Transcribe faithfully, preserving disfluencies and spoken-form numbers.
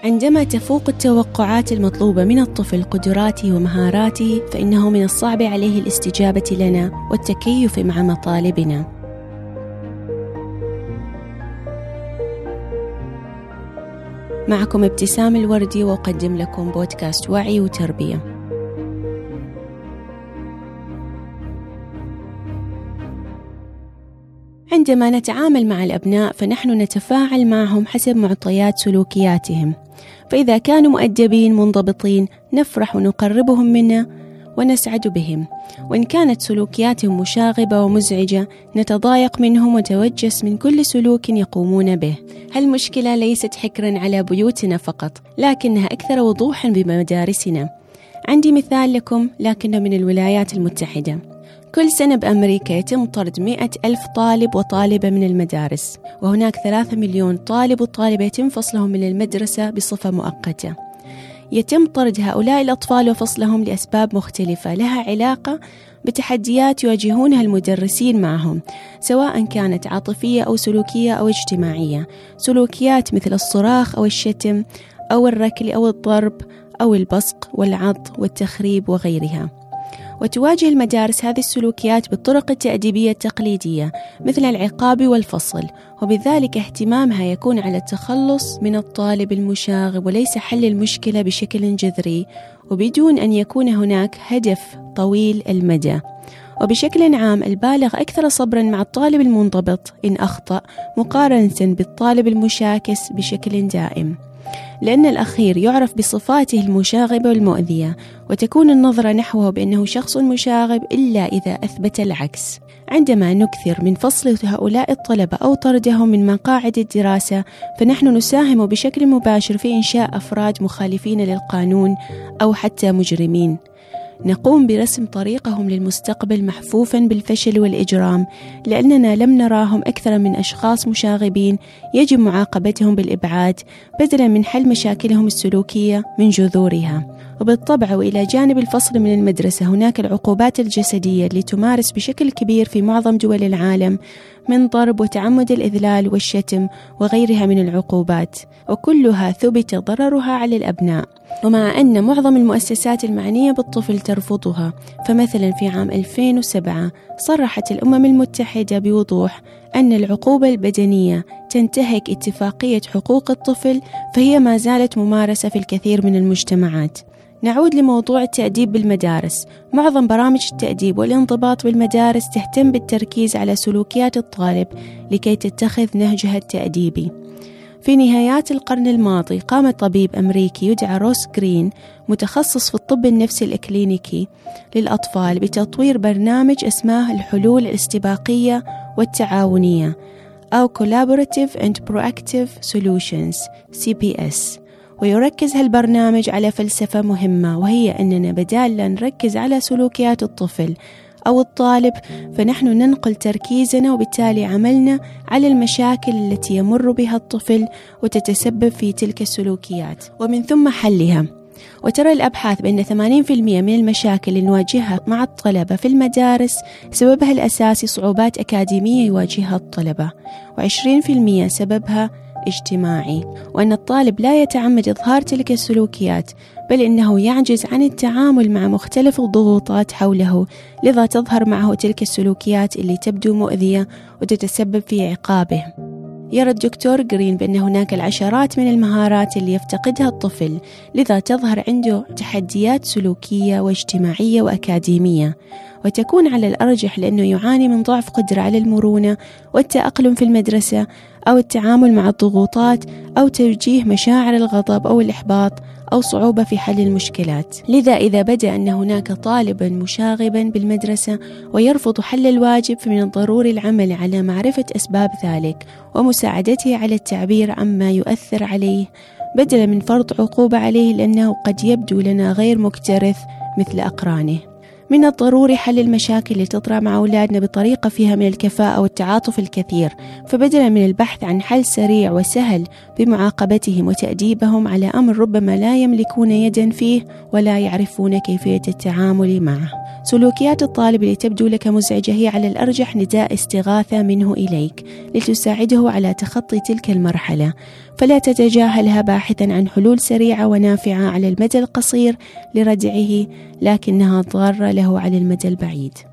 عندما تفوق التوقعات المطلوبة من الطفل قدراته ومهاراته، فإنه من الصعب عليه الاستجابة لنا والتكيف مع مطالبنا. معكم ابتسام الوردي، وأقدم لكم بودكاست وعي وتربية. عندما نتعامل مع الأبناء فنحن نتفاعل معهم حسب معطيات سلوكياتهم، فإذا كانوا مؤدبين منضبطين نفرح ونقربهم منا ونسعد بهم، وإن كانت سلوكياتهم مشاغبة ومزعجة نتضايق منهم ونتوجس من كل سلوك يقومون به. هالمشكلة ليست حكرا على بيوتنا فقط، لكنها أكثر وضوحا بمدارسنا. عندي مثال لكم لكنه من الولايات المتحدة. كل سنة بأمريكا يتم طرد مئة ألف طالب وطالبة من المدارس، وهناك ثلاثة مليون طالب وطالبة يتم فصلهم من المدرسة بصفة مؤقتة. يتم طرد هؤلاء الأطفال وفصلهم لأسباب مختلفة لها علاقة بتحديات يواجهونها المدرسين معهم، سواء كانت عاطفية أو سلوكية أو اجتماعية. سلوكيات مثل الصراخ أو الشتم أو الركل أو الضرب أو البصق والعض والتخريب وغيرها. وتواجه المدارس هذه السلوكيات بالطرق التأديبية التقليدية مثل العقاب والفصل، وبذلك اهتمامها يكون على التخلص من الطالب المشاغب وليس حل المشكلة بشكل جذري، وبدون أن يكون هناك هدف طويل المدى. وبشكل عام البالغ أكثر صبرا مع الطالب المنضبط إن أخطأ مقارنة بالطالب المشاكس بشكل دائم، لأن الأخير يعرف بصفاته المشاغبة والمؤذية، وتكون النظرة نحوه بأنه شخص مشاغب إلا إذا أثبت العكس. عندما نكثر من فصل هؤلاء الطلبة أو طردهم من مقاعد الدراسة، فنحن نساهم بشكل مباشر في إنشاء أفراد مخالفين للقانون أو حتى مجرمين. نقوم برسم طريقهم للمستقبل محفوفا بالفشل والإجرام، لأننا لم نراهم أكثر من أشخاص مشاغبين يجب معاقبتهم بالإبعاد بدلا من حل مشاكلهم السلوكية من جذورها. وبالطبع وإلى جانب الفصل من المدرسة هناك العقوبات الجسدية اللي تمارس بشكل كبير في معظم دول العالم من ضرب وتعمد الإذلال والشتم وغيرها من العقوبات، وكلها ثبت ضررها على الأبناء، ومع أن معظم المؤسسات المعنية بالطفل ترفضها. فمثلا في عام ألفين وسبعة صرحت الأمم المتحدة بوضوح أن العقوبة البدنية تنتهك اتفاقية حقوق الطفل، فهي ما زالت ممارسة في الكثير من المجتمعات. نعود لموضوع التأديب بالمدارس. معظم برامج التأديب والانضباط بالمدارس تهتم بالتركيز على سلوكيات الطالب لكي تتخذ نهجها التأديبي. في نهايات القرن الماضي قام طبيب أمريكي يدعى روس جرين متخصص في الطب النفسي الإكلينيكي للأطفال بتطوير برنامج اسمه الحلول الاستباقية والتعاونية أو Collaborative and Proactive Solutions سي بي إس. ويركز هالبرنامج على فلسفة مهمة، وهي أننا بدال لا نركز على سلوكيات الطفل أو الطالب فنحن ننقل تركيزنا وبالتالي عملنا على المشاكل التي يمر بها الطفل وتتسبب في تلك السلوكيات ومن ثم حلها. وترى الأبحاث بأن ثمانين بالمئة من المشاكل اللي نواجهها مع الطلبة في المدارس سببها الأساسي صعوبات أكاديمية يواجهها الطلبة، وعشرين بالمئة سببها اجتماعي، وأن الطالب لا يتعمد إظهار تلك السلوكيات بل إنه يعجز عن التعامل مع مختلف الضغوطات حوله، لذا تظهر معه تلك السلوكيات اللي تبدو مؤذية وتتسبب في عقابه. يرى الدكتور جرين بأن هناك العشرات من المهارات اللي يفتقدها الطفل، لذا تظهر عنده تحديات سلوكية واجتماعية وأكاديمية، وتكون على الأرجح لأنه يعاني من ضعف قدرة على المرونة والتأقلم في المدرسة أو التعامل مع الضغوطات أو توجيه مشاعر الغضب أو الإحباط أو صعوبة في حل المشكلات. لذا إذا بدأ أن هناك طالبا مشاغبا بالمدرسة ويرفض حل الواجب، فمن الضروري العمل على معرفة أسباب ذلك ومساعدته على التعبير عما يؤثر عليه بدلا من فرض عقوبة عليه، لأنه قد يبدو لنا غير مكترث مثل أقرانه. من الضروري حل المشاكل اللي تطرأ مع أولادنا بطريقة فيها من الكفاءة والتعاطف الكثير، فبدلا من البحث عن حل سريع وسهل بمعاقبتهم وتأديبهم على أمر ربما لا يملكون يدا فيه ولا يعرفون كيفية التعامل معه. سلوكيات الطالب اللي تبدو لك مزعجة هي على الأرجح نداء استغاثة منه إليك لتساعده على تخطي تلك المرحلة، فلا تتجاهلها باحثا عن حلول سريعة ونافعة على المدى القصير لردعه، لكنها ضارة له على المدى البعيد.